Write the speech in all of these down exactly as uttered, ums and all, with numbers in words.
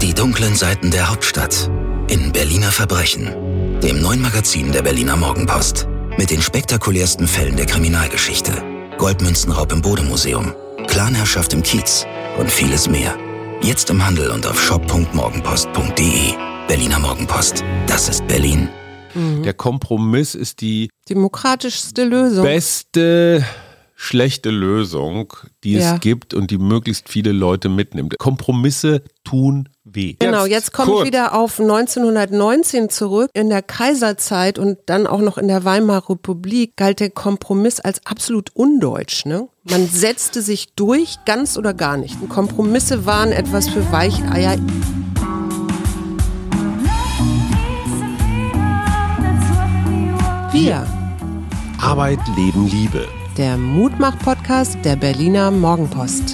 Die dunklen Seiten der Hauptstadt in Berliner Verbrechen, dem neuen Magazin der Berliner Morgenpost. Mit den spektakulärsten Fällen der Kriminalgeschichte. Goldmünzenraub im Bode-Museum, Clanherrschaft im Kiez und vieles mehr. Jetzt im Handel und auf shop punkt morgenpost punkt de. Berliner Morgenpost, das ist Berlin. Mhm. Der Kompromiss ist die demokratischste Lösung. Beste schlechte Lösung, die ja. es gibt und die möglichst viele Leute mitnimmt. Kompromisse tun weh. Genau, jetzt komme ich wieder auf neunzehnhundertneunzehn zurück. In der Kaiserzeit und dann auch noch in der Weimarer Republik galt der Kompromiss als absolut undeutsch. Ne? Man setzte sich durch, ganz oder gar nicht. Und Kompromisse waren etwas für Weicheier. Wir. Arbeit, Leben, Liebe. Der Mutmach-Podcast der Berliner Morgenpost.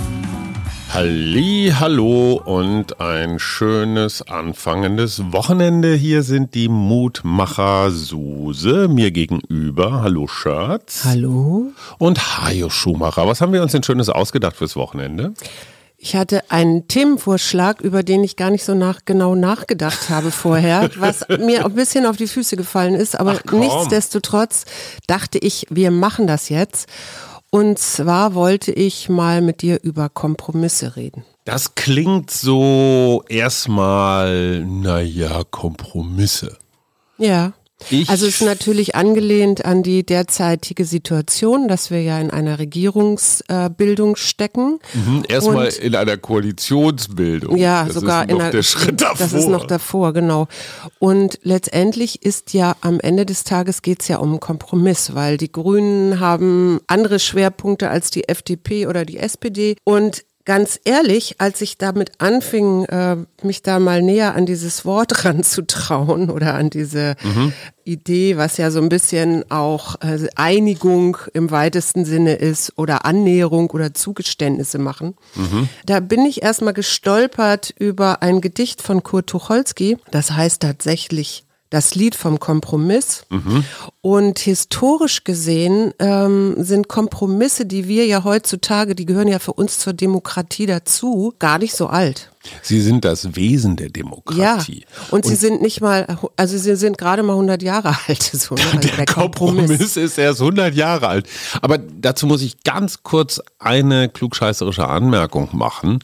Halli, hallo und ein schönes anfangendes Wochenende. Hier sind die Mutmacher Suse mir gegenüber. Hallo Schatz. Hallo. Und Hajo Schumacher. Was haben wir uns denn Schönes ausgedacht fürs Wochenende? Ich hatte einen Themenvorschlag, über den ich gar nicht so nach, genau nachgedacht habe vorher, was mir ein bisschen auf die Füße gefallen ist, aber nichtsdestotrotz dachte ich, wir machen das jetzt. Und zwar wollte ich mal mit dir über Kompromisse reden. Das klingt so erstmal, naja, Kompromisse. Ja. Ich also es ist natürlich angelehnt an die derzeitige Situation, dass wir ja in einer Regierungsbildung äh, stecken. Mhm, erstmal in einer Koalitionsbildung. Ja, das sogar ist noch in einer, der Schritt davor. Das ist noch davor, genau. Und letztendlich ist ja am Ende des Tages geht es ja um einen Kompromiss, weil die Grünen haben andere Schwerpunkte als die F D P oder die S P D und ganz ehrlich, als ich damit anfing, äh, mich da mal näher an dieses Wort ranzutrauen oder an diese mhm. Idee, was ja so ein bisschen auch äh, Einigung im weitesten Sinne ist oder Annäherung oder Zugeständnisse machen, mhm. da bin ich erstmal gestolpert über ein Gedicht von Kurt Tucholsky, das heißt tatsächlich Das Lied vom Kompromiss. Mhm. Und historisch gesehen ähm, sind Kompromisse, die wir ja heutzutage, die gehören ja für uns zur Demokratie dazu, gar nicht so alt. Sie sind das Wesen der Demokratie. Ja, und, und sie sind nicht mal, also sie sind gerade mal hundert Jahre alt. So, ne? Also der, der Kompromiss. Kompromiss ist erst hundert Jahre alt. Aber dazu muss ich ganz kurz eine klugscheißerische Anmerkung machen.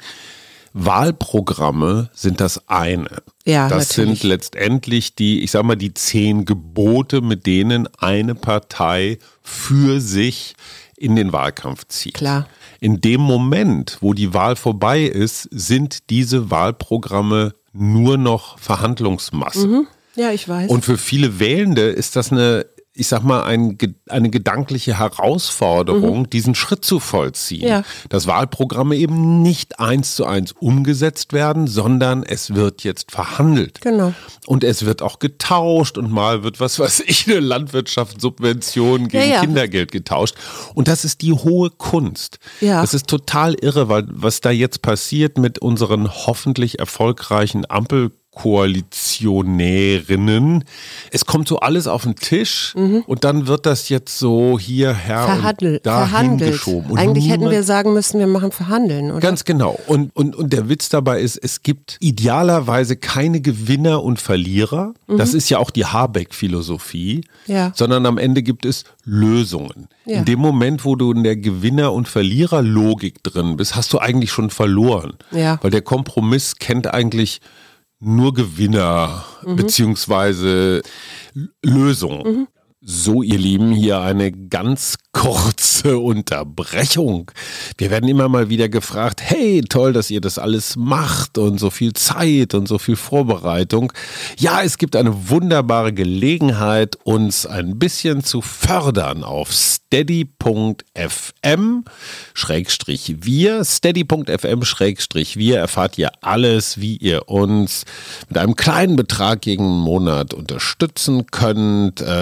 Wahlprogramme sind das eine. Ja, das natürlich. sind letztendlich die, ich sag mal, die zehn Gebote, mit denen eine Partei für sich in den Wahlkampf zieht. Klar. In dem Moment, wo die Wahl vorbei ist, sind diese Wahlprogramme nur noch Verhandlungsmasse. Mhm. Ja, ich weiß. Und für viele Wählende ist das eine, ich sag mal, ein, eine gedankliche Herausforderung, mhm. diesen Schritt zu vollziehen. Ja. Dass Wahlprogramme eben nicht eins zu eins umgesetzt werden, sondern es wird jetzt verhandelt. Genau. Und es wird auch getauscht und mal wird, was weiß ich, eine Landwirtschaftssubvention gegen ja, ja. Kindergeld getauscht. Und das ist die hohe Kunst. Ja. Das ist total irre, weil was da jetzt passiert mit unseren hoffentlich erfolgreichen Ampel Koalitionärinnen. Es kommt so alles auf den Tisch mhm. und dann wird das jetzt so hierher Verhandel, und dahin verhandelt. geschoben. Und Eigentlich niemand, hätten wir sagen müssen, wir machen Verhandeln, oder? Ganz genau. Und, und, und der Witz dabei ist, es gibt idealerweise keine Gewinner und Verlierer. Mhm. Das ist ja auch die Habeck-Philosophie. Ja. Sondern am Ende gibt es Lösungen. Ja. In dem Moment, wo du in der Gewinner- und Verlierer-Logik drin bist, hast du eigentlich schon verloren. Ja. Weil der Kompromiss kennt eigentlich nur Gewinner mhm. beziehungsweise Lösung. Mhm. So, ihr Lieben, hier eine ganz kurze Unterbrechung. Wir werden immer mal wieder gefragt, hey, toll, dass ihr das alles macht und so viel Zeit und so viel Vorbereitung. Ja, es gibt eine wunderbare Gelegenheit, uns ein bisschen zu fördern auf steady punkt f m Schrägstrich wir. steady punkt f m Schrägstrich wir erfahrt ihr alles, wie ihr uns mit einem kleinen Betrag jeden Monat unterstützen könnt. Es gibt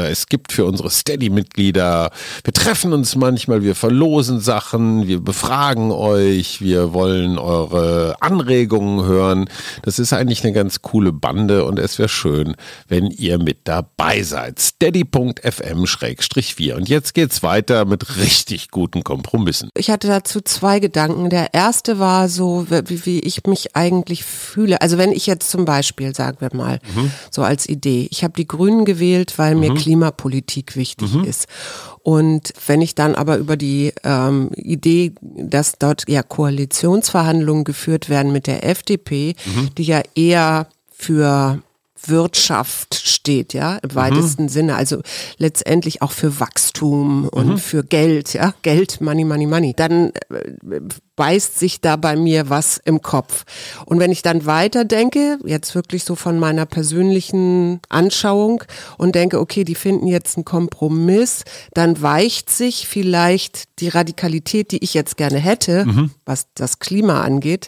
gibt für unsere Steady-Mitglieder. Wir treffen uns manchmal, wir verlosen Sachen, wir befragen euch, wir wollen eure Anregungen hören. Das ist eigentlich eine ganz coole Bande und es wäre schön, wenn ihr mit dabei seid. steady punkt f m Schrägstrich vier. Und jetzt geht's weiter mit richtig guten Kompromissen. Ich hatte dazu zwei Gedanken. Der erste war so, wie, wie ich mich eigentlich fühle. Also wenn ich jetzt zum Beispiel, sagen wir mal, mhm. so als Idee, ich habe die Grünen gewählt, weil mir mhm. Klimapolitik wichtig mhm. ist. Und wenn ich dann aber über die ähm, Idee, dass dort ja Koalitionsverhandlungen geführt werden mit der F D P, mhm. die ja eher für Wirtschaft steht, ja, im weitesten mhm. Sinne, also letztendlich auch für Wachstum und mhm. für Geld, ja, Geld, Money, Money, Money, dann äh, beißt sich da bei mir was im Kopf. Und wenn ich dann weiterdenke, jetzt wirklich so von meiner persönlichen Anschauung und denke, okay, die finden jetzt einen Kompromiss, dann weicht sich vielleicht die Radikalität, die ich jetzt gerne hätte, mhm. was das Klima angeht,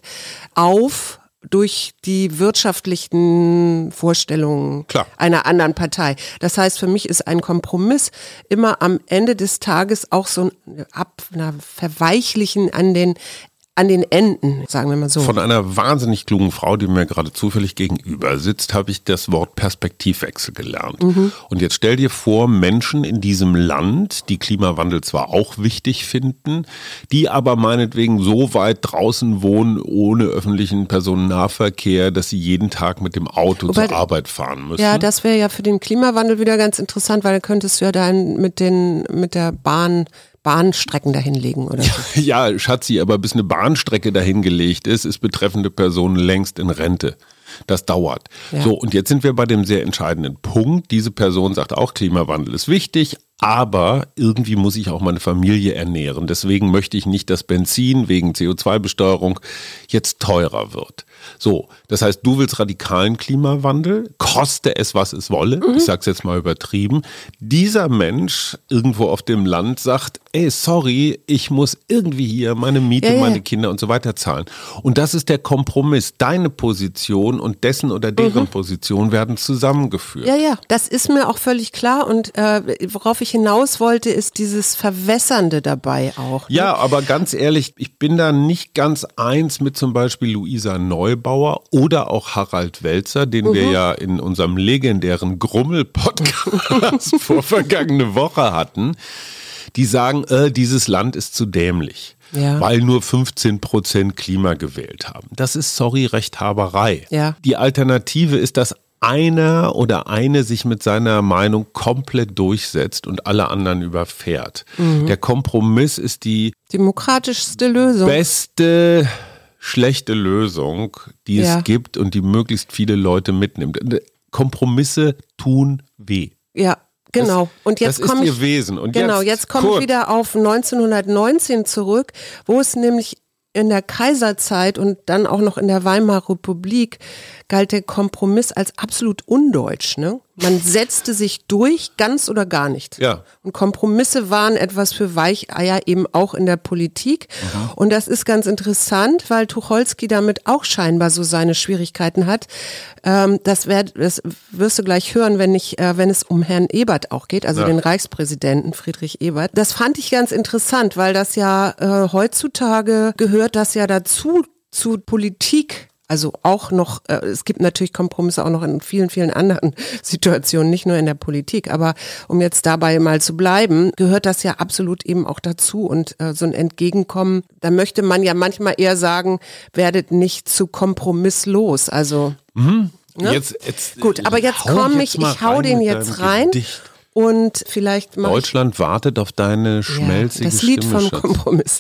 auf durch die wirtschaftlichen Vorstellungen Klar. einer anderen Partei. Das heißt, für mich ist ein Kompromiss immer am Ende des Tages auch so ein Ab, na, Verweichlichen an den an den Enden, sagen wir mal so. Von einer wahnsinnig klugen Frau, die mir gerade zufällig gegenüber sitzt, habe ich das Wort Perspektivwechsel gelernt. Mhm. Und jetzt stell dir vor, Menschen in diesem Land, die Klimawandel zwar auch wichtig finden, die aber meinetwegen so weit draußen wohnen, ohne öffentlichen Personennahverkehr, dass sie jeden Tag mit dem Auto Wobei, zur Arbeit fahren müssen. Ja, das wäre ja für den Klimawandel wieder ganz interessant, weil da könntest du ja dann mit den mit der Bahn Bahnstrecken dahinlegen oder so. Ja, Schatzi, aber bis eine Bahnstrecke dahingelegt ist, ist betreffende Person längst in Rente. Das dauert. Ja. So, und jetzt sind wir bei dem sehr entscheidenden Punkt. Diese Person sagt auch, Klimawandel ist wichtig, aber irgendwie muss ich auch meine Familie ernähren. Deswegen möchte ich nicht, dass Benzin wegen C O zwei Besteuerung jetzt teurer wird. So, das heißt, du willst radikalen Klimawandel, koste es, was es wolle. Mhm. Ich sag's jetzt mal übertrieben. Dieser Mensch irgendwo auf dem Land sagt, ey, sorry, ich muss irgendwie hier meine Miete, ja, ja. meine Kinder und so weiter zahlen. Und das ist der Kompromiss. Deine Position und dessen oder deren mhm. Position werden zusammengeführt. Ja, ja, das ist mir auch völlig klar. Und äh, worauf ich hinaus wollte, ist dieses Verwässernde dabei auch. Ne? Ja, aber ganz ehrlich, ich bin da nicht ganz eins mit zum Beispiel Luisa Neubauer oder auch Harald Welzer, den mhm. wir ja in unserem legendären Grummel-Podcast vor vergangene Woche hatten, die sagen, äh, dieses Land ist zu dämlich. Ja. Weil nur fünfzehn Prozent Klima gewählt haben. Das ist, sorry, Rechthaberei. Ja. Die Alternative ist, dass einer oder eine sich mit seiner Meinung komplett durchsetzt und alle anderen überfährt. Mhm. Der Kompromiss ist die demokratischste Lösung. Beste schlechte Lösung, die ja. es gibt und die möglichst viele Leute mitnimmt. Kompromisse tun weh. Ja. Genau. Und jetzt das ist komm ihr ich, Wesen. Und genau, jetzt, jetzt komme ich wieder auf neunzehnhundertneunzehn zurück, wo es nämlich in der Kaiserzeit und dann auch noch in der Weimarer Republik galt der Kompromiss als absolut undeutsch. Ne? Man setzte sich durch, ganz oder gar nicht. Ja. Und Kompromisse waren etwas für Weicheier eben auch in der Politik. Mhm. Und das ist ganz interessant, weil Tucholsky damit auch scheinbar so seine Schwierigkeiten hat. Ähm, das, werd, das wirst du gleich hören, wenn, ich, äh, wenn es um Herrn Ebert auch geht, also ja. den Reichspräsidenten Friedrich Ebert. Das fand ich ganz interessant, weil das ja äh, heutzutage gehört das ja dazu, zu Politik. Also auch noch, äh, es gibt natürlich Kompromisse auch noch in vielen, vielen anderen Situationen, nicht nur in der Politik. Aber um jetzt dabei mal zu bleiben, gehört das ja absolut eben auch dazu. Und äh, so ein Entgegenkommen, da möchte man ja manchmal eher sagen, werdet nicht zu kompromisslos. Also mhm. ne? jetzt, jetzt, gut, aber jetzt komme ich, ich hau den jetzt rein. Gedicht. Und vielleicht mach Deutschland ich, wartet auf deine schmelzige ja, das Lied Stimme, vom Schatz. Kompromiss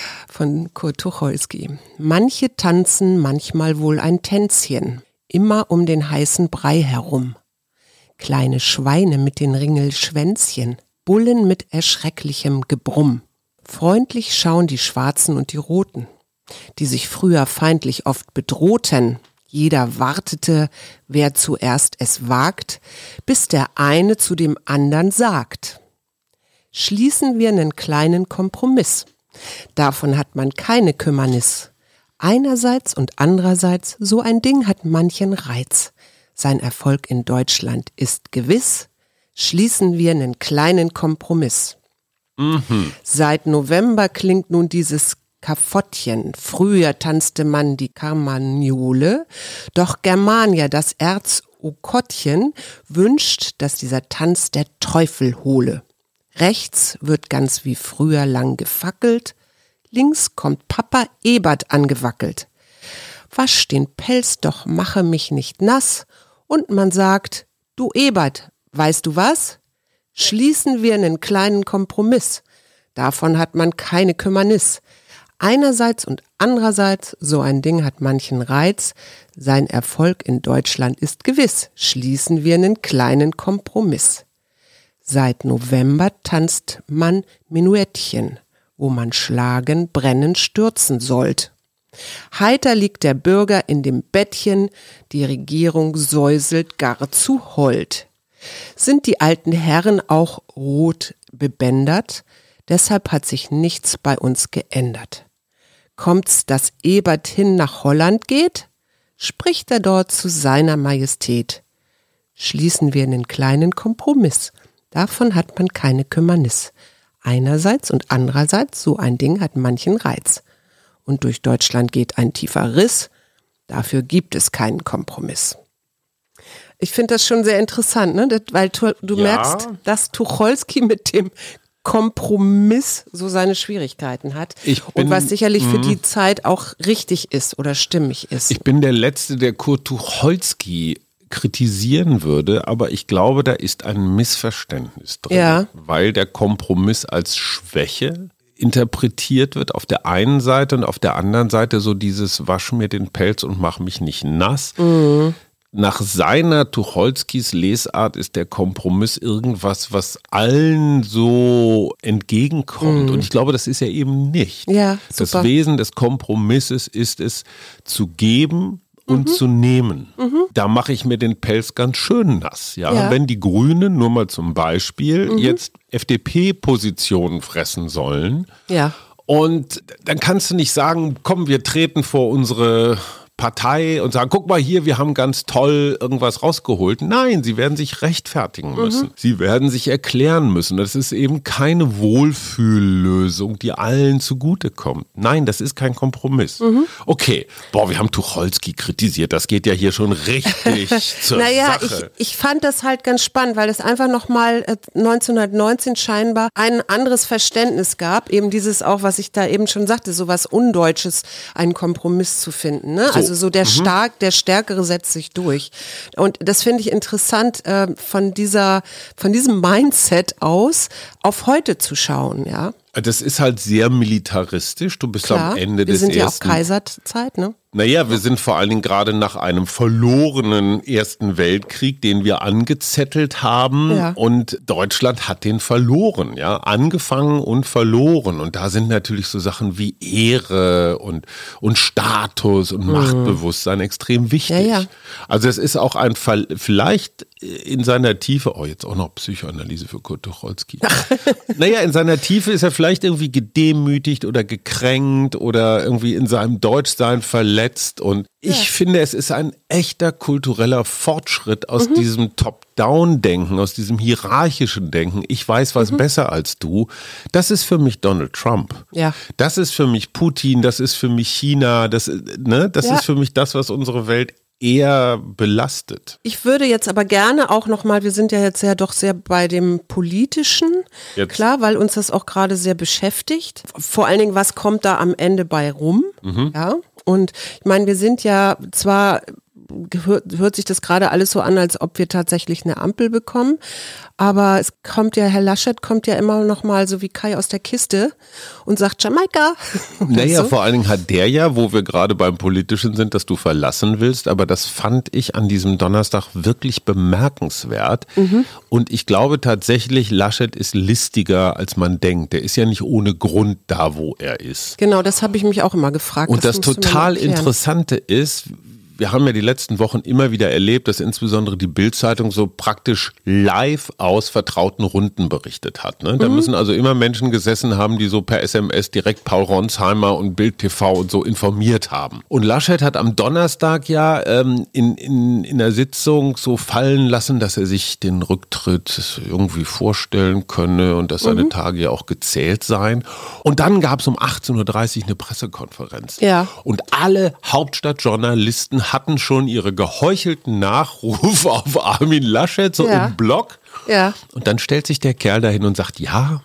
von Kurt Tucholsky. Manche tanzen manchmal wohl ein Tänzchen, immer um den heißen Brei herum. Kleine Schweine mit den Ringelschwänzchen, Bullen mit erschrecklichem Gebrumm. Freundlich schauen die Schwarzen und die Roten, die sich früher feindlich oft bedrohten. Jeder wartete, wer zuerst es wagt, bis der eine zu dem anderen sagt. Schließen wir einen kleinen Kompromiss. Davon hat man keine Kümmernis. Einerseits und andererseits, so ein Ding hat manchen Reiz. Sein Erfolg in Deutschland ist gewiss. schließen wir einen kleinen Kompromiss. Mhm. Seit November klingt nun dieses Kafottchen. Früher tanzte man die Carmagnole, doch Germania, das Erz-Okottchen, wünscht, dass dieser Tanz der Teufel hole. Rechts wird ganz wie früher lang gefackelt, links kommt Papa Ebert angewackelt. Wasch den Pelz, doch mache mich nicht nass. Und man sagt, du Ebert, weißt du was? Schließen wir einen kleinen Kompromiss. Davon hat man keine Kümmernis. Einerseits und andererseits, so ein Ding hat manchen Reiz. Sein Erfolg in Deutschland ist gewiss. Schließen wir einen kleinen Kompromiss. Seit November tanzt man Menuettchen, wo man schlagen, brennen, stürzen sollt. Heiter liegt der Bürger in dem Bettchen, die Regierung säuselt gar zu hold. Sind die alten Herren auch rot bebändert? Deshalb hat sich nichts bei uns geändert. Kommt's, dass Ebert hin nach Holland geht? Spricht er dort zu seiner Majestät. Schließen wir einen kleinen Kompromiss. Davon hat man keine Kümmernis. Einerseits und andererseits, so ein Ding hat manchen Reiz. Und durch Deutschland geht ein tiefer Riss. Dafür gibt es keinen Kompromiss. Ich finde das schon sehr interessant, ne? Das, weil du, du ja. merkst, dass Tucholsky mit dem Kompromiss so seine Schwierigkeiten hat. Ich bin, und was sicherlich mh. für die Zeit auch richtig ist oder stimmig ist. Ich bin der Letzte, der Kurt Tucholsky kritisieren würde, aber ich glaube, da ist ein Missverständnis drin, ja. weil der Kompromiss als Schwäche interpretiert wird auf der einen Seite und auf der anderen Seite so dieses wasch mir den Pelz und mach mich nicht nass. Mhm. Nach seiner Tucholskys Lesart ist der Kompromiss irgendwas, was allen so entgegenkommt. Mhm. Und ich glaube, das ist ja eben nicht. Ja, das super. Wesen des Kompromisses ist es, zu geben und mhm. zu nehmen. Mhm. Da mache ich mir den Pelz ganz schön nass. Ja? Ja. Wenn die Grünen, nur mal zum Beispiel, mhm. jetzt F D P-Positionen fressen sollen, ja. und dann kannst du nicht sagen, komm, wir treten vor unsere Partei und sagen, guck mal hier, wir haben ganz toll irgendwas rausgeholt. Nein, sie werden sich rechtfertigen müssen. Mhm. Sie werden sich erklären müssen. Das ist eben keine Wohlfühllösung, die allen zugutekommt. Nein, das ist kein Kompromiss. Mhm. Okay, boah, wir haben Tucholsky kritisiert. Das geht ja hier schon richtig zur naja, Sache. Ich, ich fand das halt ganz spannend, weil es einfach nochmal neunzehnhundertneunzehn scheinbar ein anderes Verständnis gab. Eben dieses auch, was ich da eben schon sagte, so was Undeutsches, einen Kompromiss zu finden. Ne? So. Also so der, mhm. stark, der Stärkere setzt sich durch. Und das finde ich interessant, äh, von dieser, von diesem Mindset aus auf heute zu schauen, ja. Das ist halt sehr militaristisch. Du bist Klar, am Ende wir des sind ja ersten... auch Kaiserzeit, ne? Naja, wir sind vor allen Dingen gerade nach einem verlorenen Ersten Weltkrieg, den wir angezettelt haben. Ja. Und Deutschland hat den verloren, ja, angefangen und verloren. Und da sind natürlich so Sachen wie Ehre und, und Status und mhm. Machtbewusstsein extrem wichtig. Ja, ja. Also es ist auch ein Fall, vielleicht in seiner Tiefe, oh jetzt auch noch Psychoanalyse für Kurt Tucholsky. Naja, in seiner Tiefe ist er vielleicht irgendwie gedemütigt oder gekränkt oder irgendwie in seinem Deutschsein verletzt. Und ich ja. finde, es ist ein echter kultureller Fortschritt aus mhm. diesem Top-Down-Denken, aus diesem hierarchischen Denken. Ich weiß was mhm. besser als du. Das ist für mich Donald Trump. Ja. Das ist für mich Putin, das ist für mich China, das, ne, das ja. ist für mich das, was unsere Welt eher belastet. Ich würde jetzt aber gerne auch nochmal, wir sind ja jetzt ja doch sehr bei dem Politischen, jetzt. Klar, weil uns das auch gerade sehr beschäftigt. Vor allen Dingen, was kommt da am Ende bei rum? Mhm. Ja. Und ich meine, wir sind ja zwar, hört, hört sich das gerade alles so an, als ob wir tatsächlich eine Ampel bekommen, aber es kommt ja, Herr Laschet kommt ja immer noch mal so wie Kai aus der Kiste und sagt Jamaika. Naja, so. Vor allen Dingen hat der ja, wo wir gerade beim Politischen sind, dass du verlassen willst, aber das fand ich an diesem Donnerstag wirklich bemerkenswert. Mhm. Und ich glaube tatsächlich, Laschet ist listiger, als man denkt. Der ist ja nicht ohne Grund da, wo er ist. Genau, das habe ich mich auch immer gefragt. Und das, das total Interessante ist, wir haben ja die letzten Wochen immer wieder erlebt, dass insbesondere die Bild-Zeitung so praktisch live aus vertrauten Runden berichtet hat. Ne? Da mhm. müssen also immer Menschen gesessen haben, die so per S M S direkt Paul Ronsheimer und Bild T V und so informiert haben. Und Laschet hat am Donnerstag ja ähm, in, in, in der Sitzung so fallen lassen, dass er sich den Rücktritt irgendwie vorstellen könne und dass seine mhm. Tage ja auch gezählt seien. Und dann gab es um achtzehn Uhr dreißig eine Pressekonferenz. Ja. Und alle Hauptstadtjournalisten hatten schon ihre geheuchelten Nachrufe auf Armin Laschet so ja. im Blog. Ja. Und dann stellt sich der Kerl dahin und sagt, ja,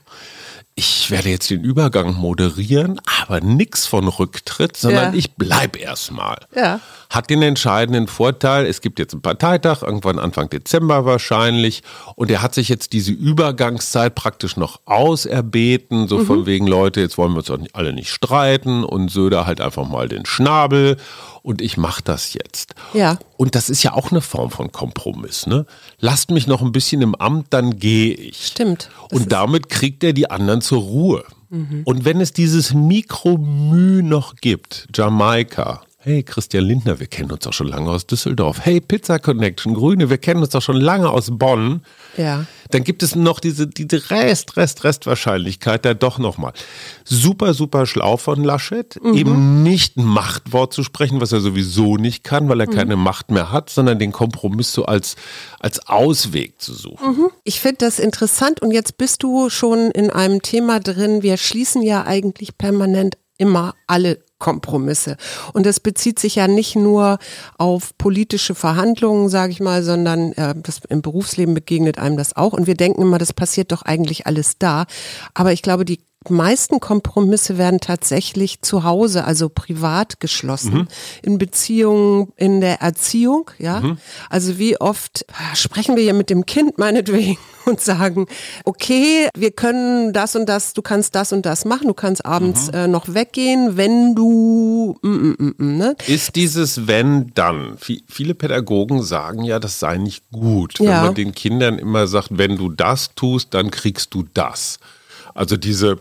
ich werde jetzt den Übergang moderieren, aber nix von Rücktritt, sondern ja. ich bleib erstmal. Ja. Hat den entscheidenden Vorteil, es gibt jetzt einen Parteitag, irgendwann Anfang Dezember wahrscheinlich, und er hat sich jetzt diese Übergangszeit praktisch noch auserbeten, so mhm. von wegen, Leute, jetzt wollen wir uns auch nicht, alle nicht streiten und Söder halt einfach mal den Schnabel und ich mache das jetzt. Ja. Und das ist ja auch eine Form von Kompromiss, ne? Lasst mich noch ein bisschen im Amt, dann gehe ich. Stimmt. Und damit kriegt er die anderen zur Ruhe. Mhm. Und wenn es dieses Mikromü noch gibt, Jamaika, hey, Christian Lindner, wir kennen uns doch schon lange aus Düsseldorf. Hey, Pizza Connection, Grüne, wir kennen uns doch schon lange aus Bonn. Ja. Dann gibt es noch diese, diese Rest, Rest, Restwahrscheinlichkeit da doch nochmal. Super, super schlau von Laschet, mhm. eben nicht ein Machtwort zu sprechen, was er sowieso nicht kann, weil er mhm. keine Macht mehr hat, sondern den Kompromiss so als, als Ausweg zu suchen. Mhm. Ich finde das interessant und jetzt bist du schon in einem Thema drin. Wir schließen ja eigentlich permanent immer alle Kompromisse. Und das bezieht sich ja nicht nur auf politische Verhandlungen, sage ich mal, sondern äh, das, im Berufsleben begegnet einem das auch. Und wir denken immer, das passiert doch eigentlich alles da. Aber ich glaube, die meisten Kompromisse werden tatsächlich zu Hause, also privat geschlossen, mhm. in Beziehungen, in der Erziehung, ja. Mhm. Also wie oft sprechen wir hier mit dem Kind meinetwegen und sagen, okay, wir können das und das, du kannst das und das machen, du kannst abends mhm. äh, noch weggehen, wenn du, mm, mm, mm, ne? Ist dieses wenn, dann. V- viele Pädagogen sagen ja, das sei nicht gut, wenn ja. man den Kindern immer sagt, wenn du das tust, dann kriegst du das. Also diese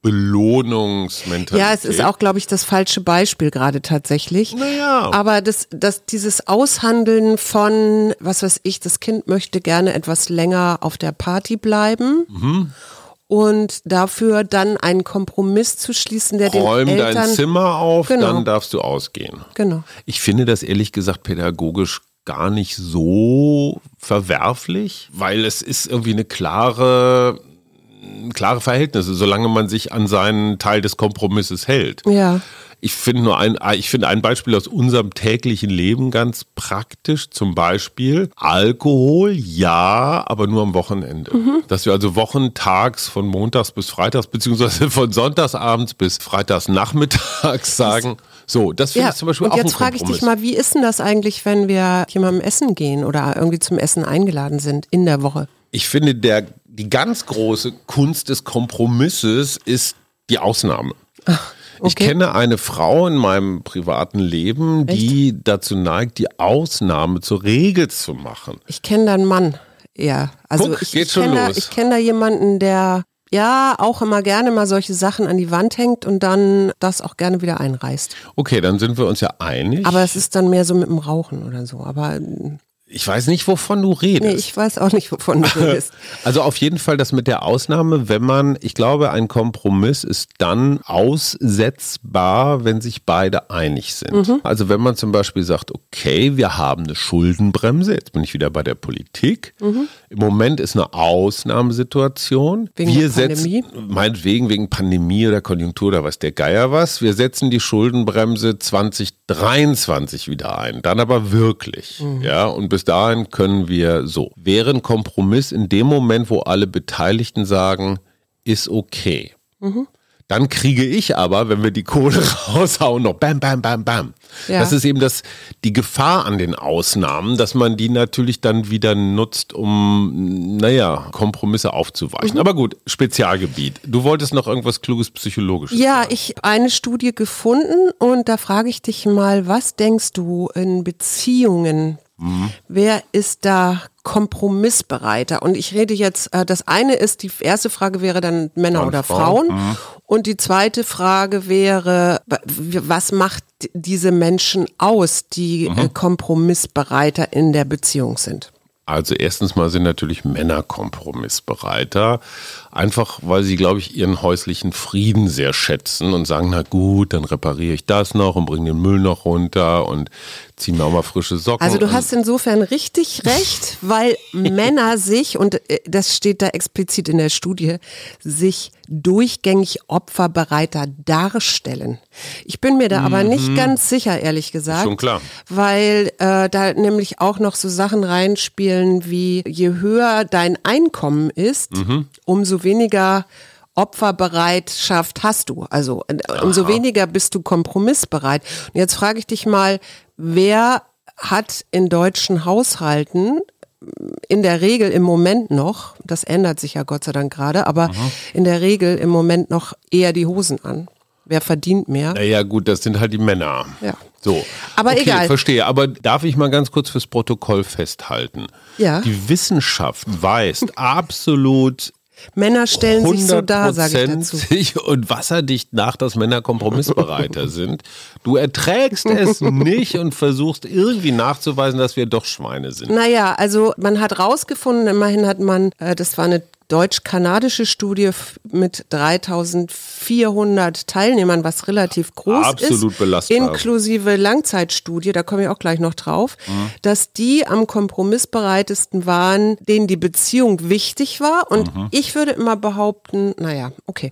Belohnungsmentalität. Ja, es ist auch, glaube ich, das falsche Beispiel gerade tatsächlich. Naja. Aber das, das, dieses Aushandeln von, was weiß ich, das Kind möchte gerne etwas länger auf der Party bleiben. Mhm. Und dafür dann einen Kompromiss zu schließen, der Räum den Eltern... dein Zimmer auf, genau. dann darfst du ausgehen. Genau. Ich finde das ehrlich gesagt pädagogisch gar nicht so verwerflich, weil es ist irgendwie eine klare... klare Verhältnisse, solange man sich an seinen Teil des Kompromisses hält. Ja. Ich finde nur ein, ich finde ein Beispiel aus unserem täglichen Leben ganz praktisch, zum Beispiel Alkohol, ja, aber nur am Wochenende. Mhm. Dass wir also wochentags von montags bis freitags, beziehungsweise von sonntagsabends bis freitagsnachmittags sagen, so, das finde ja, ich zum Beispiel und auch ein jetzt frage Kompromiss. ich dich mal, wie ist denn das eigentlich, wenn wir jemandem essen gehen oder irgendwie zum Essen eingeladen sind in der Woche? Ich finde, der, die ganz große Kunst des Kompromisses ist die Ausnahme. Ach, okay. Ich kenne eine Frau in meinem privaten Leben, die Echt? dazu neigt, die Ausnahme zur Regel zu machen. Ich kenne da einen Mann, ja. Also Guck, ich, geht ich schon kenne da, los. ich kenne da jemanden, der ja auch immer gerne mal solche Sachen an die Wand hängt und dann das auch gerne wieder einreißt. Okay, dann sind wir uns ja einig. Aber es ist dann mehr so mit dem Rauchen oder so. Aber ich weiß nicht, wovon du redest. Nee, ich weiß auch nicht, wovon du redest. Also auf jeden Fall das mit der Ausnahme, wenn man, ich glaube, ein Kompromiss ist dann aussetzbar, wenn sich beide einig sind. Mhm. Also wenn man zum Beispiel sagt, okay, wir haben eine Schuldenbremse, jetzt bin ich wieder bei der Politik. Mhm. Im Moment ist eine Ausnahmesituation. Wegen wir der Pandemie? Setzen, meinetwegen wegen Pandemie oder Konjunktur oder was der Geier was. Wir setzen die Schuldenbremse zwanzig dreiundzwanzig wieder ein, dann aber wirklich. Mhm. Ja, und bis dahin können wir so. Wäre ein Kompromiss in dem Moment, wo alle Beteiligten sagen, ist okay. Mhm. Dann kriege ich aber, wenn wir die Kohle raushauen, noch bam, bam, bam, bam. Ja. Das ist eben das, die Gefahr an den Ausnahmen, dass man die natürlich dann wieder nutzt, um, naja, Kompromisse aufzuweichen. Mhm. Aber gut, Spezialgebiet. Du wolltest noch irgendwas Kluges Psychologisches Ja, sagen. ich habe eine Studie gefunden und da frage ich dich mal, was denkst du in Beziehungen, Mhm. Wer ist da kompromissbereiter? Und ich rede jetzt, äh, das eine ist, die erste Frage wäre dann Männer Mann, oder Frau. Frauen. Mhm. Und die zweite Frage wäre, was macht diese Menschen aus, die Mhm. äh, kompromissbereiter in der Beziehung sind? Also erstens mal sind natürlich Männer kompromissbereiter, einfach weil sie, glaube ich, ihren häuslichen Frieden sehr schätzen und sagen, na gut, dann repariere ich das noch und bringe den Müll noch runter und ziehe mir auch mal frische Socken. Also du hast insofern richtig recht, weil Männer sich, und das steht da explizit in der Studie, sich durchgängig opferbereiter darstellen. Ich bin mir da aber nicht ganz sicher, ehrlich gesagt. Schon klar. Weil äh, da nämlich auch noch so Sachen reinspielen wie, je höher dein Einkommen ist, Mhm. umso weniger Opferbereitschaft hast du. Also äh, umso Aha. weniger bist du kompromissbereit. Und jetzt frage ich dich mal, wer hat in deutschen Haushalten in der Regel im Moment noch, das ändert sich ja Gott sei Dank gerade, aber in der Regel im Moment noch eher die Hosen an? Wer verdient mehr? Naja gut, das sind halt die Männer. Ja. So. Aber okay, egal. Verstehe, aber darf ich mal ganz kurz fürs Protokoll festhalten? Ja. Die Wissenschaft weist absolut Männer stellen sich so dar, sage ich dazu. hundertprozentig und wasserdicht nach, dass Männer kompromissbereiter sind. Du erträgst es nicht und versuchst irgendwie nachzuweisen, dass wir doch Schweine sind. Naja, also man hat rausgefunden, immerhin hat man, äh, das war eine deutsch-kanadische Studie f- mit dreitausendvierhundert Teilnehmern, was relativ groß Absolut ist, belastbar. inklusive Langzeitstudie, da komme ich auch gleich noch drauf, Mhm. dass die am kompromissbereitesten waren, denen die Beziehung wichtig war und Mhm. ich würde immer behaupten, naja, okay,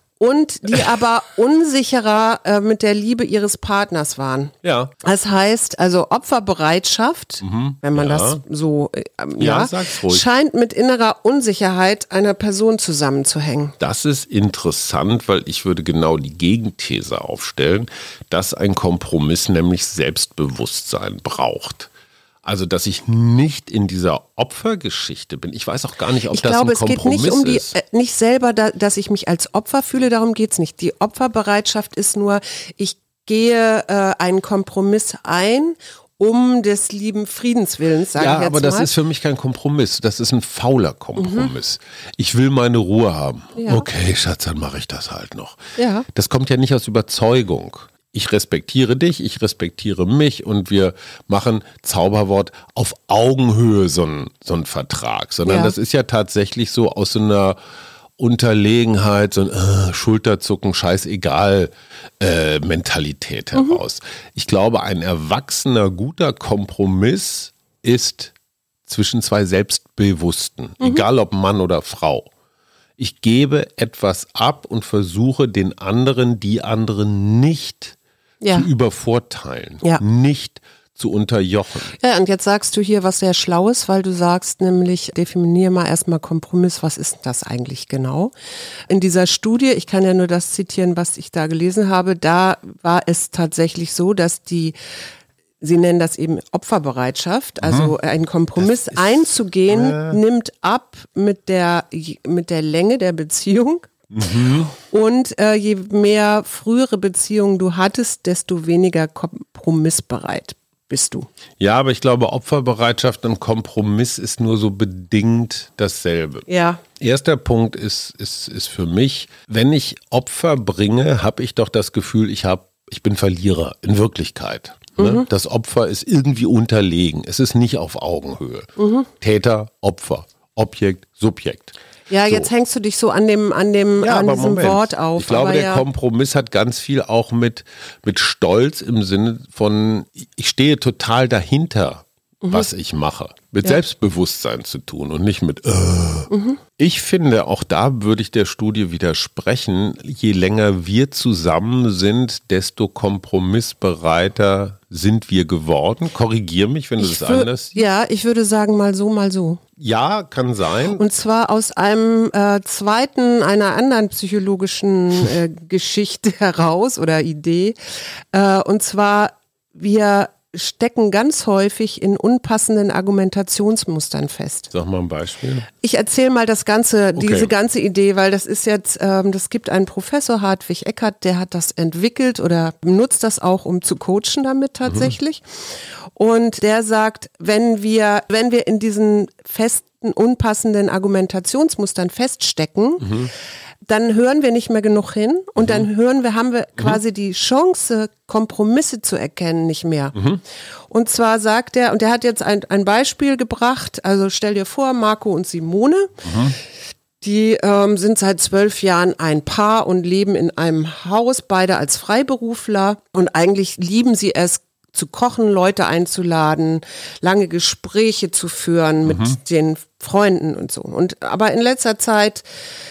und die aber unsicherer äh, mit der Liebe ihres Partners waren. Ja. Das heißt, also Opferbereitschaft, wenn man ja. das so, äh, Ja, ja, sag's ruhig. scheint mit innerer Unsicherheit einer Person zusammenzuhängen. Das ist interessant, weil ich würde genau die Gegenthese aufstellen, dass ein Kompromiss nämlich Selbstbewusstsein braucht. Also, dass ich nicht in dieser Opfergeschichte bin. Ich weiß auch gar nicht, ob Ich das glaube, ein es geht Kompromiss nicht um die, ist. äh, nicht selber, da, dass ich mich als Opfer fühle, darum geht's nicht. Die Opferbereitschaft ist nur, ich gehe äh, einen Kompromiss ein, um des lieben Friedenswillens, sage Ja, ich jetzt aber das mal. ist für mich kein Kompromiss. Das ist ein fauler Kompromiss. Ich will meine Ruhe haben. Ja. Okay, Schatz, dann mache ich das halt noch. Ja. Das kommt ja nicht aus Überzeugung. Ich respektiere dich, ich respektiere mich und wir machen, Zauberwort, auf Augenhöhe so einen so einen Vertrag. Sondern Ja. das ist ja tatsächlich so aus so einer Unterlegenheit, so ein äh, Schulterzucken, scheißegal äh, Mentalität heraus. Ich glaube, ein erwachsener, guter Kompromiss ist zwischen zwei Selbstbewussten, egal ob Mann oder Frau. Ich gebe etwas ab und versuche den anderen, die anderen nicht Ja. zu übervorteilen, Ja. nicht zu unterjochen. Ja, und jetzt sagst du hier was sehr Schlaues, weil du sagst nämlich, definier mal erstmal Kompromiss, was ist das eigentlich genau? In dieser Studie, ich kann ja nur das zitieren, was ich da gelesen habe, da war es tatsächlich so, dass die, sie nennen das eben Opferbereitschaft, also einen Kompromiss Das ist, einzugehen, äh, nimmt ab mit der, mit der Länge der Beziehung. Und äh, je mehr frühere Beziehungen du hattest, desto weniger kompromissbereit bist du. Ja, aber ich glaube, Opferbereitschaft und Kompromiss ist nur so bedingt dasselbe. Ja. Erster Punkt ist, ist, ist für mich, wenn ich Opfer bringe, habe ich doch das Gefühl, ich, hab, ich bin Verlierer in Wirklichkeit. Ne? Das Opfer ist irgendwie unterlegen. Es ist nicht auf Augenhöhe. Täter, Opfer, Objekt, Subjekt. Ja, So. jetzt hängst du dich so an dem, an dem, Ja, an aber diesem Moment. Wort auf. Ich glaube, aber der ja. Kompromiss hat ganz viel auch mit, mit Stolz im Sinne von, ich stehe total dahinter, was ich mache. Mit Ja. Selbstbewusstsein zu tun und nicht mit, äh. Ich finde, auch da würde ich der Studie widersprechen, je länger wir zusammen sind, desto kompromissbereiter sind wir geworden. Korrigier mich, wenn du Ich das wür- anders siehst. Ja, ich würde sagen, mal so, mal so. Ja, kann sein. Und zwar aus einem äh, zweiten, einer anderen psychologischen äh, Geschichte heraus oder Idee. Äh, und zwar, wir stecken ganz häufig in unpassenden Argumentationsmustern fest. Sag mal ein Beispiel. Ich erzähle mal das ganze, Okay. diese ganze Idee, weil das ist jetzt, ähm, das gibt einen Professor, Hartwig Eckert, der hat das entwickelt oder benutzt das auch, um zu coachen damit tatsächlich. Mhm. Und der sagt, wenn wir, wenn wir in diesen festen, unpassenden Argumentationsmustern feststecken, mhm. dann hören wir nicht mehr genug hin und mhm. dann hören wir, haben wir mhm. quasi die Chance, Kompromisse zu erkennen, nicht mehr. Mhm. Und zwar sagt er, und er hat jetzt ein, ein Beispiel gebracht, also stell dir vor, Marco und Simone, mhm. die ähm, sind seit zwölf Jahren ein Paar und leben in einem Haus, beide als Freiberufler, und eigentlich lieben sie es, zu kochen, Leute einzuladen, lange Gespräche zu führen mit mhm. den Freunden und so. Und aber in letzter Zeit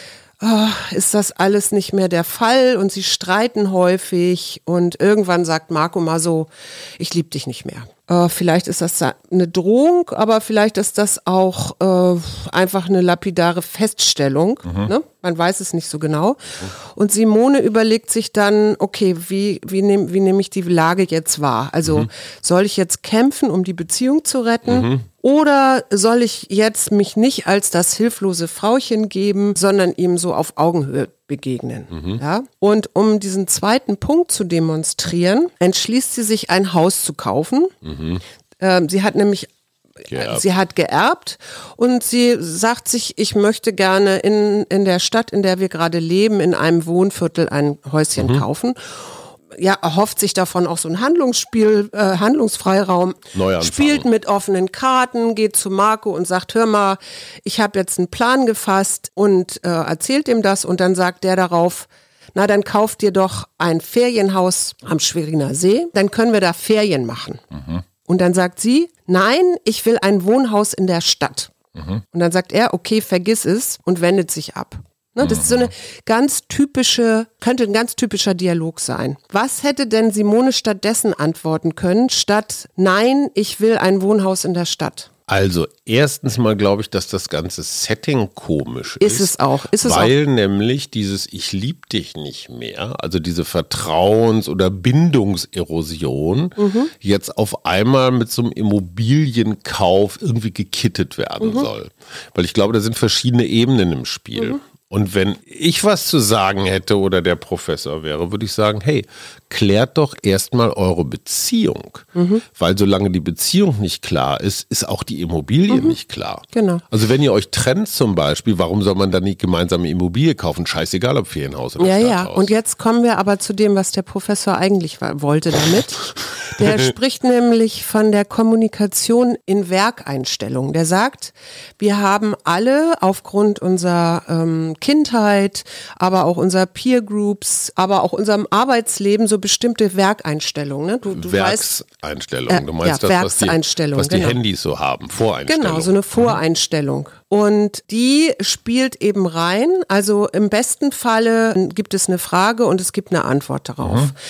Oh, ist das alles nicht mehr der Fall und sie streiten häufig und irgendwann sagt Marco mal so, ich liebe dich nicht mehr. Äh, vielleicht ist das eine Drohung, aber vielleicht ist das auch äh, einfach eine lapidare Feststellung. Mhm. Ne? Man weiß es nicht so genau. Und Simone überlegt sich dann, okay, wie, wie nehme wie nehm ich die Lage jetzt wahr? Also mhm. soll ich jetzt kämpfen, um die Beziehung zu retten? Mhm. Oder soll ich jetzt mich nicht als das hilflose Frauchen geben, sondern ihm so auf Augenhöhe begegnen? Mhm. Ja? Und um diesen zweiten Punkt zu demonstrieren, entschließt sie sich, ein Haus zu kaufen. Mhm. Ähm, sie hat nämlich Geerbt. Sie hat geerbt und sie sagt sich, ich möchte gerne in, in der Stadt, in der wir gerade leben, in einem Wohnviertel ein Häuschen mhm. kaufen. Ja, erhofft sich davon auch so ein Handlungsspiel, äh, Handlungsfreiraum, spielt mit offenen Karten, geht zu Marco und sagt, hör mal, ich habe jetzt einen Plan gefasst und äh, erzählt ihm das und dann sagt der darauf, na dann kauf dir doch ein Ferienhaus am Schweriner See, dann können wir da Ferien machen. Mhm. Und dann sagt sie, nein, ich will ein Wohnhaus in der Stadt. Mhm. Und dann sagt er, okay, vergiss es und wendet sich ab. Ne, das ist so eine ganz typische, könnte ein ganz typischer Dialog sein. Was hätte denn Simone stattdessen antworten können, statt nein, ich will ein Wohnhaus in der Stadt? Also erstens mal glaube ich, dass das ganze Setting komisch ist. Ist es auch. Ist es weil auch. nämlich dieses Ich lieb dich nicht mehr, also diese Vertrauens- oder Bindungserosion mhm. jetzt auf einmal mit so einem Immobilienkauf irgendwie gekittet werden mhm. soll. Weil ich glaube, da sind verschiedene Ebenen im Spiel. Mhm. Und wenn ich was zu sagen hätte oder der Professor wäre, würde ich sagen, hey, klärt doch erstmal eure Beziehung. Mhm. Weil solange die Beziehung nicht klar ist, ist auch die Immobilie mhm. nicht klar. Genau. Also wenn ihr euch trennt zum Beispiel, warum soll man dann nicht gemeinsame Immobilie kaufen? Scheißegal, ob Ferienhaus oder ja, Stadthaus. Ja, und jetzt kommen wir aber zu dem, was der Professor eigentlich wollte damit. Der spricht nämlich von der Kommunikation in Werkeinstellungen. Der sagt, wir haben alle aufgrund unserer ähm, Kindheit, aber auch unserer Peer Groups, aber auch unserem Arbeitsleben so bestimmte Werkeinstellungen. Ne? Du, du Werkseinstellungen, du meinst ja, das, was die, was die genau. Handys so haben, Voreinstellungen. Genau, so eine Voreinstellung. Und die spielt eben rein, also im besten Falle gibt es eine Frage und es gibt eine Antwort darauf. Mhm.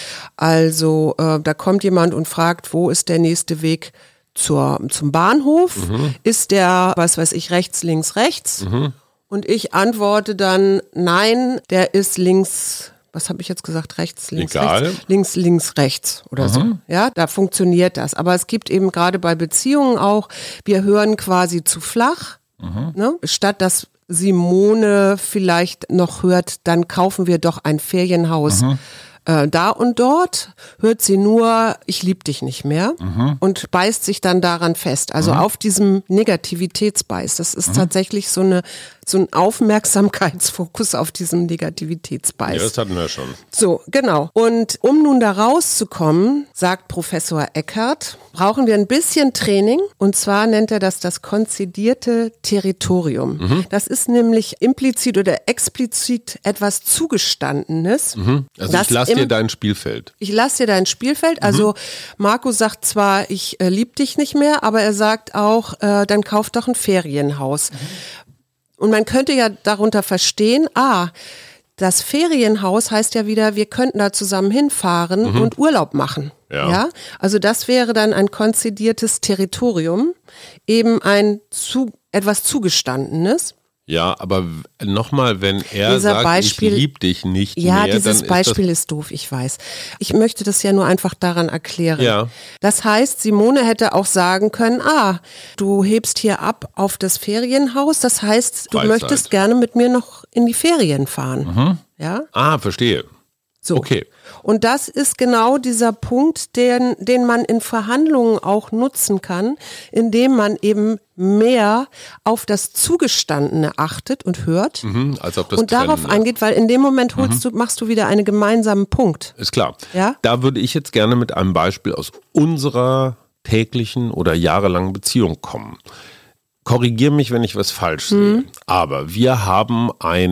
Also äh, da kommt jemand und fragt, wo ist der nächste Weg zur, zum Bahnhof? Mhm. Ist der, was weiß ich, rechts, links, rechts? Mhm. Und ich antworte dann, nein, der ist links, was habe ich jetzt gesagt, rechts, links, Egal. rechts, links, links, rechts oder mhm. so. Ja, da funktioniert das. Aber es gibt eben gerade bei Beziehungen auch, wir hören quasi zu flach, mhm. ne? Statt dass Simone vielleicht noch hört, dann kaufen wir doch ein Ferienhaus. Mhm. Da und dort hört sie nur, ich lieb dich nicht mehr mhm. und beißt sich dann daran fest. Also mhm. auf diesem Negativitätsbeiß. Das ist mhm. tatsächlich so eine so ein Aufmerksamkeitsfokus auf diesem Negativitätsbeiß. Ja, das hatten wir schon. So, genau. Und um nun da rauszukommen, sagt Professor Eckert, brauchen wir ein bisschen Training. Und zwar nennt er das das konzidierte Territorium. Mhm. Das ist nämlich implizit oder explizit etwas Zugestandenes. Mhm. Also ich lasse dir dein Spielfeld. Ich lasse dir dein Spielfeld. Also mhm. Marco sagt zwar, ich äh, lieb dich nicht mehr, aber er sagt auch, äh, dann kauf doch ein Ferienhaus. Mhm. Und man könnte ja darunter verstehen, ah, das Ferienhaus heißt ja wieder, wir könnten da zusammen hinfahren mhm. und Urlaub machen. Ja. ja. Also das wäre dann ein konzidiertes Territorium, eben ein zu, etwas Zugestandenes. Ja, aber nochmal, wenn er Dieser sagt, Beispiel, ich liebe dich nicht ja, mehr, dieses dann Beispiel ist, ist doof, ich weiß. Ich möchte das ja nur einfach daran erklären. Ja. Das heißt, Simone hätte auch sagen können, ah, du hebst hier ab auf das Ferienhaus, das heißt, du Freizeit. möchtest gerne mit mir noch in die Ferien fahren. Mhm. Ja? Ah, verstehe. So. Okay. Und das ist genau dieser Punkt, den, den man in Verhandlungen auch nutzen kann, indem man eben mehr auf das Zugestandene achtet und hört Mhm, als auf das und darauf Trennende. eingeht, weil in dem Moment holst du, machst du wieder einen gemeinsamen Punkt. Ist klar. Ja? Da würde ich jetzt gerne mit einem Beispiel aus unserer täglichen oder jahrelangen Beziehung kommen. Korrigiere mich, wenn ich was falsch sehe. Mhm. Aber wir haben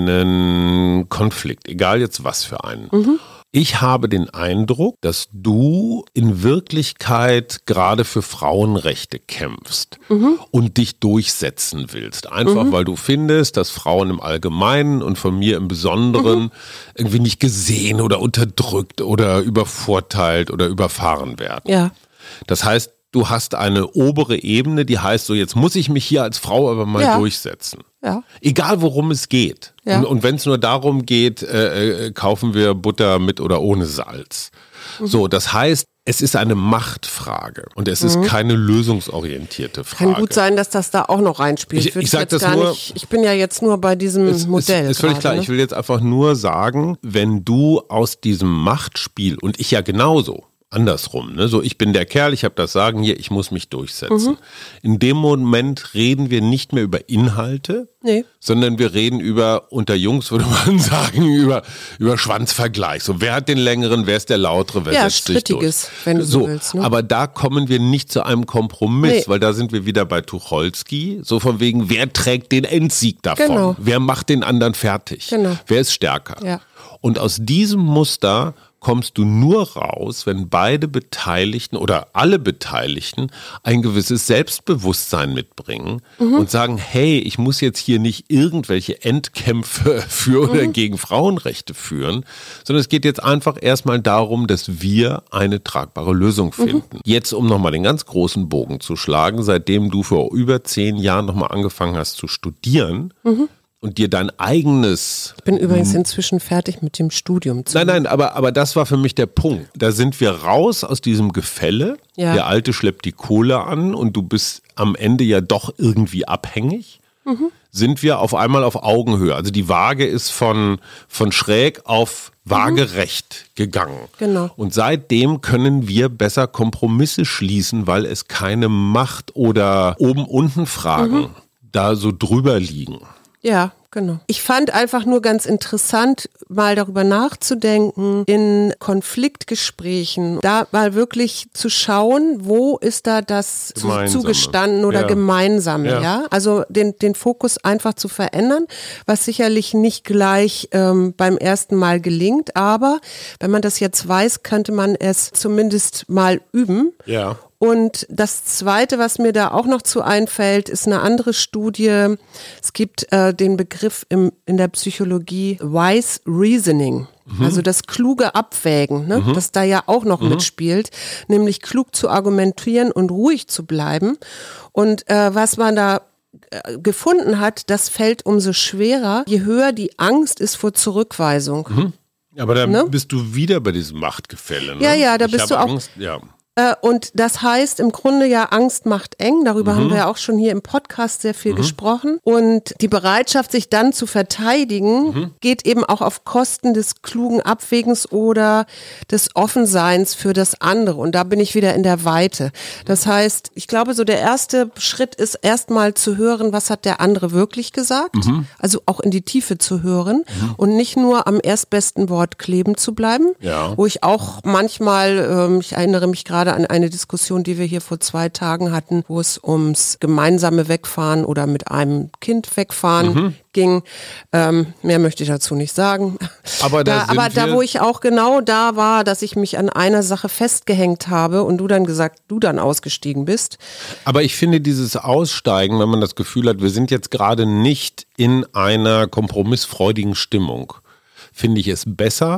einen Konflikt, egal jetzt was für einen. Mhm. Ich habe den Eindruck, dass du in Wirklichkeit gerade für Frauenrechte kämpfst Mhm. und dich durchsetzen willst. Einfach Mhm. weil du findest, dass Frauen im Allgemeinen und von mir im Besonderen Mhm. irgendwie nicht gesehen oder unterdrückt oder übervorteilt oder überfahren werden. Ja. Das heißt, du hast eine obere Ebene, die heißt so, jetzt muss ich mich hier als Frau aber mal Ja. durchsetzen. Ja. Egal worum es geht. Ja. Und, und wenn es nur darum geht, äh, äh, kaufen wir Butter mit oder ohne Salz. Mhm. So, das heißt, es ist eine Machtfrage und es ist keine lösungsorientierte Frage. Kann gut sein, dass das da auch noch reinspielt. Ich- Würde ich sag jetzt das gar nur- nicht, ich bin ja jetzt nur bei diesem Es Modell. Ist, ist völlig gerade, klar. ne? Ich will jetzt einfach nur sagen, wenn du aus diesem Machtspiel und ich ja genauso, andersrum, ne? So, ich bin der Kerl, ich habe das Sagen hier, ich muss mich durchsetzen. Mhm. In dem Moment reden wir nicht mehr über Inhalte, Nee. sondern wir reden über, unter Jungs würde man sagen, über, über Schwanzvergleich. So, wer hat den längeren, wer ist der lautere, wer Ja, setzt sich durch? Strittiges, wenn du so willst, ne? Aber da kommen wir nicht zu einem Kompromiss, Nee. weil da sind wir wieder bei Tucholsky, so von wegen, wer trägt den Endsieg davon? Genau. Wer macht den anderen fertig? Genau. Wer ist stärker? Ja. Und aus diesem Muster kommst du nur raus, wenn beide Beteiligten oder alle Beteiligten ein gewisses Selbstbewusstsein mitbringen Mhm. und sagen, hey, ich muss jetzt hier nicht irgendwelche Endkämpfe für Mhm. oder gegen Frauenrechte führen, sondern es geht jetzt einfach erstmal darum, dass wir eine tragbare Lösung finden. Mhm. Jetzt, um nochmal den ganz großen Bogen zu schlagen, seitdem du vor über zehn Jahren nochmal angefangen hast zu studieren, Mhm. und dir dein eigenes... Ich bin übrigens inzwischen fertig mit dem Studium. Zu Nein, nein, aber, aber das war für mich der Punkt. Da sind wir raus aus diesem Gefälle. Ja. Der Alte schleppt die Kohle an und du bist am Ende ja doch irgendwie abhängig. Mhm. Sind wir auf einmal auf Augenhöhe. Also die Waage ist von, von schräg auf waagerecht gegangen. Genau. Und seitdem können wir besser Kompromisse schließen, weil es keine Macht- oder Oben-Unten-Fragen Mhm. da so drüber liegen. Ja, genau. Ich fand einfach nur ganz interessant, mal darüber nachzudenken, in Konfliktgesprächen, da mal wirklich zu schauen, wo ist da das zu, Gemeinsame. zugestanden oder Ja. Gemeinsame, ja. Ja. Also den, den Fokus einfach zu verändern, was sicherlich nicht gleich ähm, beim ersten Mal gelingt, aber wenn man das jetzt weiß, könnte man es zumindest mal üben. Ja. Und das Zweite, was mir da auch noch zu einfällt, ist eine andere Studie. Es gibt äh, den Begriff im, in der Psychologie Wise Reasoning, mhm. also das kluge Abwägen, ne? mhm. das da ja auch noch mhm. mitspielt, nämlich klug zu argumentieren und ruhig zu bleiben. Und äh, was man da äh, gefunden hat, das fällt umso schwerer, je höher die Angst ist vor Zurückweisung. Mhm. Aber da Ne? bist du wieder bei diesem Machtgefälle. Ne? Ja, ja, da ich bist habe du auch- Angst, ja. Äh, Und das heißt im Grunde ja, Angst macht eng. Darüber haben wir ja auch schon hier im Podcast sehr viel gesprochen. Und die Bereitschaft, sich dann zu verteidigen, geht eben auch auf Kosten des klugen Abwägens oder des Offenseins für das andere. Und da bin ich wieder in der Weite. Das heißt, ich glaube, so der erste Schritt ist erstmal zu hören, was hat der andere wirklich gesagt. Also auch in die Tiefe zu hören und nicht nur am erstbesten Wort kleben zu bleiben. Ja. Wo ich auch manchmal, ähm, ich erinnere mich gerade an eine Diskussion, die wir hier vor zwei Tagen hatten, wo es ums gemeinsame Wegfahren oder mit einem Kind wegfahren Mhm. ging. Ähm, mehr möchte ich dazu nicht sagen. Aber da sind aber da, wir- wo ich auch genau da war, dass ich mich an einer Sache festgehängt habe und du dann gesagt, du dann ausgestiegen bist. Aber ich finde dieses Aussteigen, wenn man das Gefühl hat, wir sind jetzt gerade nicht in einer kompromissfreudigen Stimmung, finde ich es besser,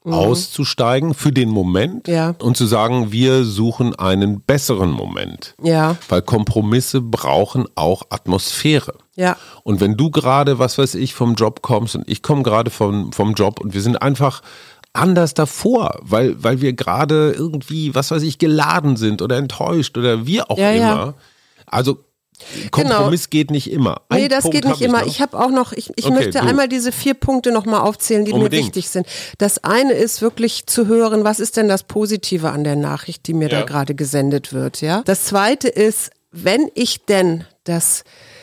mhm. auszusteigen für den Moment ja. und zu sagen, wir suchen einen besseren Moment. Ja. Weil Kompromisse brauchen auch Atmosphäre. Ja. Und wenn du gerade, was weiß ich, vom Job kommst und ich komme gerade vom, vom Job und wir sind einfach anders davor, weil, weil wir gerade irgendwie, was weiß ich, geladen sind oder enttäuscht oder wie auch ja, immer. Ja. Also Kompromiss genau. geht nicht immer. Ein nee, das Punkt geht nicht immer. Ich habe auch noch, ich, ich okay, möchte du. einmal diese vier Punkte nochmal aufzählen, die Unbedingt. mir wichtig sind. Das eine ist wirklich zu hören, was ist denn das Positive an der Nachricht, die mir ja. da gerade gesendet wird. Ja. Das zweite ist, wenn ich denn das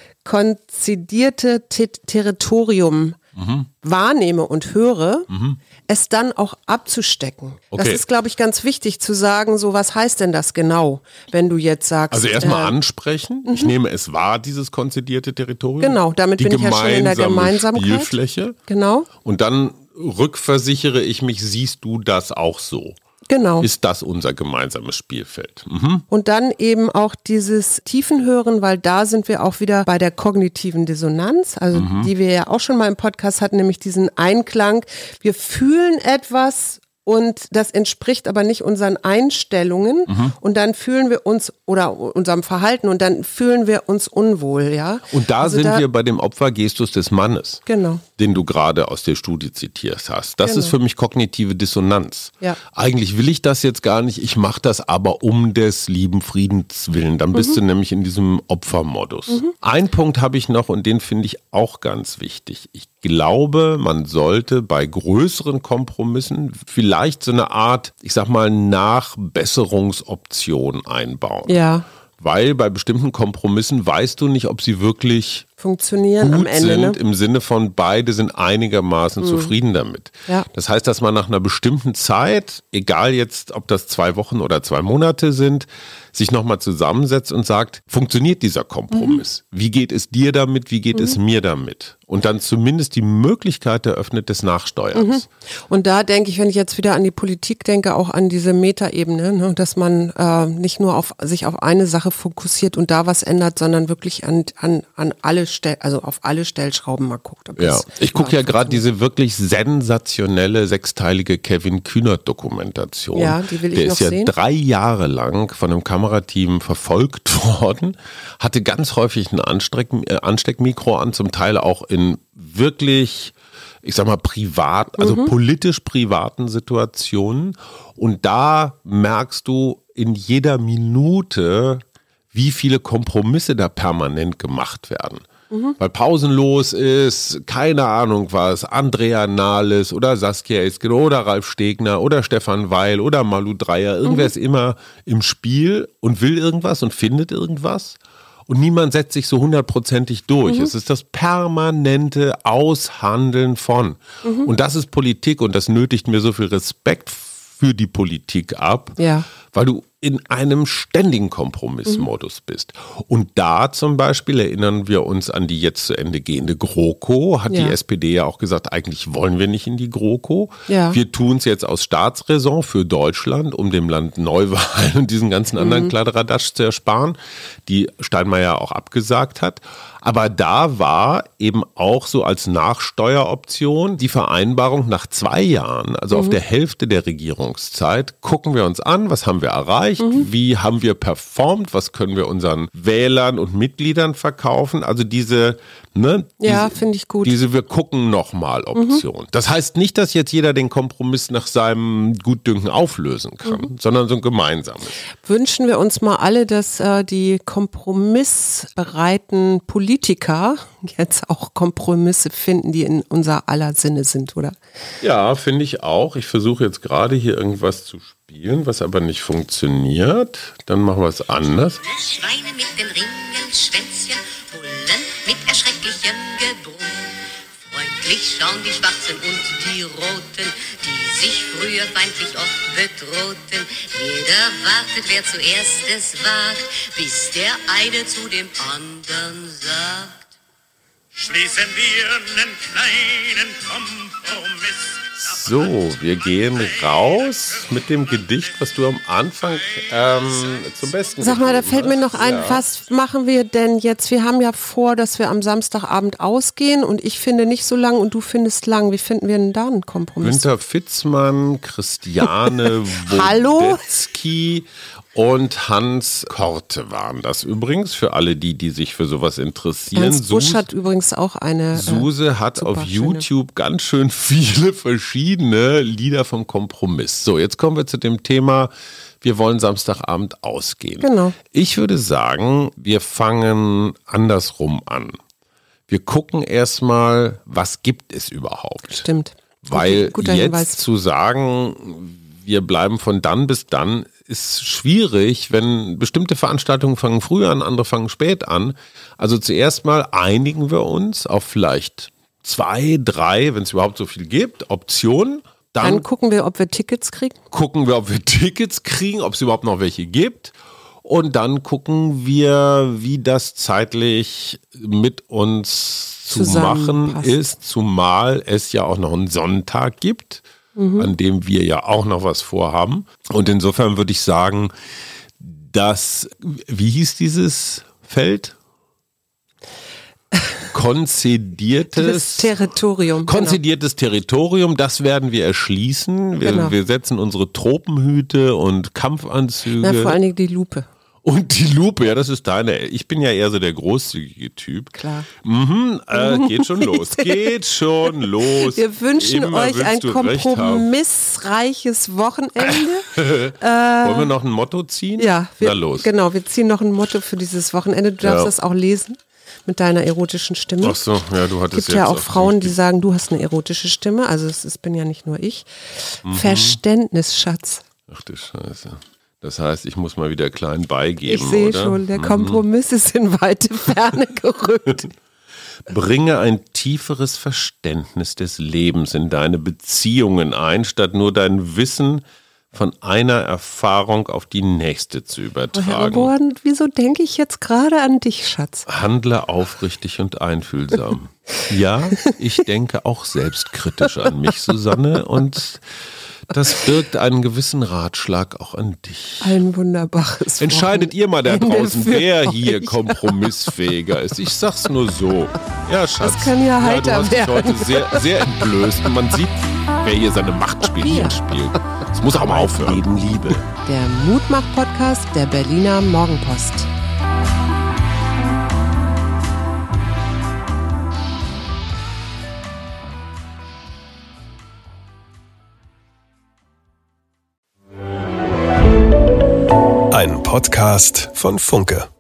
konzidierte T- Territorium mhm. wahrnehme und höre, mhm. es dann auch abzustecken. Okay. Das ist, glaube ich, ganz wichtig zu sagen, so was heißt denn das genau, wenn du jetzt sagst. Also erstmal äh, ansprechen, ich nehme es wahr, dieses konzidierte Territorium. Genau, damit die bin ich ja schon in der Gemeinsamkeit. Spielfläche. Genau. Und dann rückversichere ich mich, siehst du das auch so? Genau. Ist das unser gemeinsames Spielfeld? Mhm. Und dann eben auch dieses Tiefenhören, weil da sind wir auch wieder bei der kognitiven Dissonanz, also mhm. die wir ja auch schon mal im Podcast hatten, nämlich diesen Einklang. Wir fühlen etwas und das entspricht aber nicht unseren Einstellungen mhm. und dann fühlen wir uns oder unserem Verhalten und dann fühlen wir uns unwohl, ja. Und da also sind da, wir bei dem Opfergestus des Mannes, genau. den du gerade aus der Studie zitiert hast. Das genau. ist für mich kognitive Dissonanz. Ja. Eigentlich will ich das jetzt gar nicht, ich mache das aber um des lieben Friedens willen. Dann bist mhm. du nämlich in diesem Opfermodus. Mhm. Ein Punkt habe ich noch und den finde ich auch ganz wichtig. Ich glaube, man sollte bei größeren Kompromissen vielleicht so eine Art, ich sag mal, Nachbesserungsoption einbauen. Ja. Weil bei bestimmten Kompromissen weißt du nicht, ob sie wirklich funktionieren gut am Ende, sind, ne? Im Sinne von beide sind einigermaßen mhm. zufrieden damit. Ja. Das heißt, dass man nach einer bestimmten Zeit, egal jetzt, ob das zwei Wochen oder zwei Monate sind, sich nochmal zusammensetzt und sagt, funktioniert dieser Kompromiss? Mhm. Wie geht es dir damit? Wie geht mhm. es mir damit? Und dann zumindest die Möglichkeit eröffnet des Nachsteuerns. Mhm. Und da denke ich, wenn ich jetzt wieder an die Politik denke, auch an diese Metaebene, ne, dass man äh, nicht nur auf sich auf eine Sache fokussiert und da was ändert, sondern wirklich an, an, an alle Stell, also auf alle Stellschrauben mal guckt. Ob ja, ich gucke ja gerade diese wirklich sensationelle sechsteilige Kevin Kühnert-Dokumentation. Ja, die will ich Der noch ist ja sehen. drei Jahre lang von einem Kamerateam verfolgt worden, hatte ganz häufig ein Ansteck, äh, Ansteckmikro an, zum Teil auch in wirklich, ich sag mal, privat, also mhm. politisch privaten Situationen. Und da merkst du in jeder Minute, wie viele Kompromisse da permanent gemacht werden. Mhm. Weil pausenlos ist, keine Ahnung was, Andrea Nahles oder Saskia Esken oder Ralf Stegner oder Stefan Weil oder Malu Dreyer. Irgendwer mhm. ist immer im Spiel und will irgendwas und findet irgendwas. Und niemand setzt sich so hundertprozentig durch. Mhm. Es ist das permanente Aushandeln von. Mhm. Und das ist Politik und das nötigt mir so viel Respekt für die Politik ab, ja. weil du in einem ständigen Kompromissmodus mhm. bist. Und da zum Beispiel erinnern wir uns an die jetzt zu Ende gehende GroKo, hat ja. die S P D ja auch gesagt, eigentlich wollen wir nicht in die GroKo. Ja. Wir tun es jetzt aus Staatsräson für Deutschland, um dem Land Neuwahlen und diesen ganzen anderen mhm. Kladderadatsch zu ersparen, die Steinmeier auch abgesagt hat. Aber da war eben auch so als Nachsteueroption die Vereinbarung nach zwei Jahren, also mhm. auf der Hälfte der Regierungszeit, gucken wir uns an, was haben wir erreicht, mhm. wie haben wir performt, was können wir unseren Wählern und Mitgliedern verkaufen. Also diese, ne, ja, diese, finde ich gut. Diese wir gucken nochmal Option. Mhm. Das heißt nicht, dass jetzt jeder den Kompromiss nach seinem Gutdünken auflösen kann, mhm. sondern so ein gemeinsames. Wünschen wir uns mal alle, dass äh, die kompromissbereiten Politiker Politiker jetzt auch Kompromisse finden, die in unser aller Sinne sind, oder? Ja, finde ich auch. Ich versuche jetzt gerade hier irgendwas zu spielen, was aber nicht funktioniert. Dann machen wir es anders. Schweine mit den Ringen, Schwänzchen, Bullen mit erschrecklichem Gebrüll. Freundlich schauen die Schwarzen und die Roten, die sich früher feindlich oft bedrohten. Jeder wartet, wer zuerst es wagt, bis der eine zu dem anderen sagt: Schließen wir einen kleinen Kompromiss. So, wir gehen raus mit dem Gedicht, was du am Anfang ähm, zum Besten Sag mal, da gegeben fällt mir noch hast. ein, Ja. was machen wir denn jetzt? Wir haben ja vor, dass wir am Samstagabend ausgehen und ich finde nicht so lang und du findest lang. Wie finden wir denn da einen Kompromiss? Günther Fitzmann, Christiane Hallo? Wodetzky und Hans Korte waren das übrigens, für alle die, die sich für sowas interessieren. Ernst Busch Sus- hat übrigens auch eine. Suse äh, hat super auf schöne- YouTube ganz schön viele verschiedene Lieder vom Kompromiss. So, jetzt kommen wir zu dem Thema, wir wollen Samstagabend ausgehen. Genau. Ich würde sagen, wir fangen andersrum an. Wir gucken erstmal, was gibt es überhaupt? Stimmt. Weil Guter jetzt Hinweis. zu sagen, wir bleiben von dann bis dann, ist schwierig, wenn bestimmte Veranstaltungen fangen früh an, andere fangen spät an. Also zuerst mal einigen wir uns auf vielleicht zwei, drei, wenn es überhaupt so viel gibt, Optionen. Dann, Dann gucken wir, ob wir Tickets kriegen. gucken wir, ob wir Tickets kriegen, ob es überhaupt noch welche gibt. Und dann gucken wir, wie das zeitlich mit uns zu machen Zusammenpasst. ist, zumal es ja auch noch einen Sonntag gibt, Mhm. an dem wir ja auch noch was vorhaben. Und insofern würde ich sagen, dass, wie hieß dieses Feld? Konzediertes Das Territorium. Konzediertes Territorium, das werden wir erschließen. Wir, Genau. wir setzen unsere Tropenhüte und Kampfanzüge. Genau. Na, vor allen Dingen die Lupe. Und die Lupe, ja, das ist deine. Ich bin ja eher so der großzügige Typ. Klar. Mhm, äh, geht schon los. Geht schon los. Wir wünschen Immer euch willst ein du recht haben. kompromissreiches Wochenende. Wollen wir noch ein Motto ziehen? Ja, wir, Na los. genau, wir ziehen noch ein Motto für dieses Wochenende. Du darfst Ja. das auch lesen mit deiner erotischen Stimme. Ach so, ja, du Es hattest gibt ja jetzt auch auf Frauen, die die- sagen, du hast eine erotische Stimme. Also es ist, bin ja nicht nur ich. Mhm. Verständnis, Schatz. Ach du Scheiße. Das heißt, ich muss mal wieder klein beigeben, Ich sehe oder? schon, der Kompromiss ist in weite Ferne gerückt. Bringe ein tieferes Verständnis des Lebens in deine Beziehungen ein, statt nur dein Wissen von einer Erfahrung auf die nächste zu Herr übertragen. Gordon, wieso denke ich jetzt gerade an dich, Schatz? Handle aufrichtig und einfühlsam. Ja, ich denke auch selbstkritisch an mich, Susanne, und das birgt einen gewissen Ratschlag auch an dich. Ein wunderbares Entscheidet ihr mal da Wochenende draußen, für wer hier euch. kompromissfähiger ist. Ich sag's nur so. Ja, Schatz. Das kann ja du heiter hast dich werden. heute sehr, sehr entblößt und man sieht, wer hier seine Machtspielchen Ja. spielt. Das muss auch mal aufhören. Leben Liebe. Der Mutmach-Podcast der Berliner Morgenpost. Ein Podcast von Funke.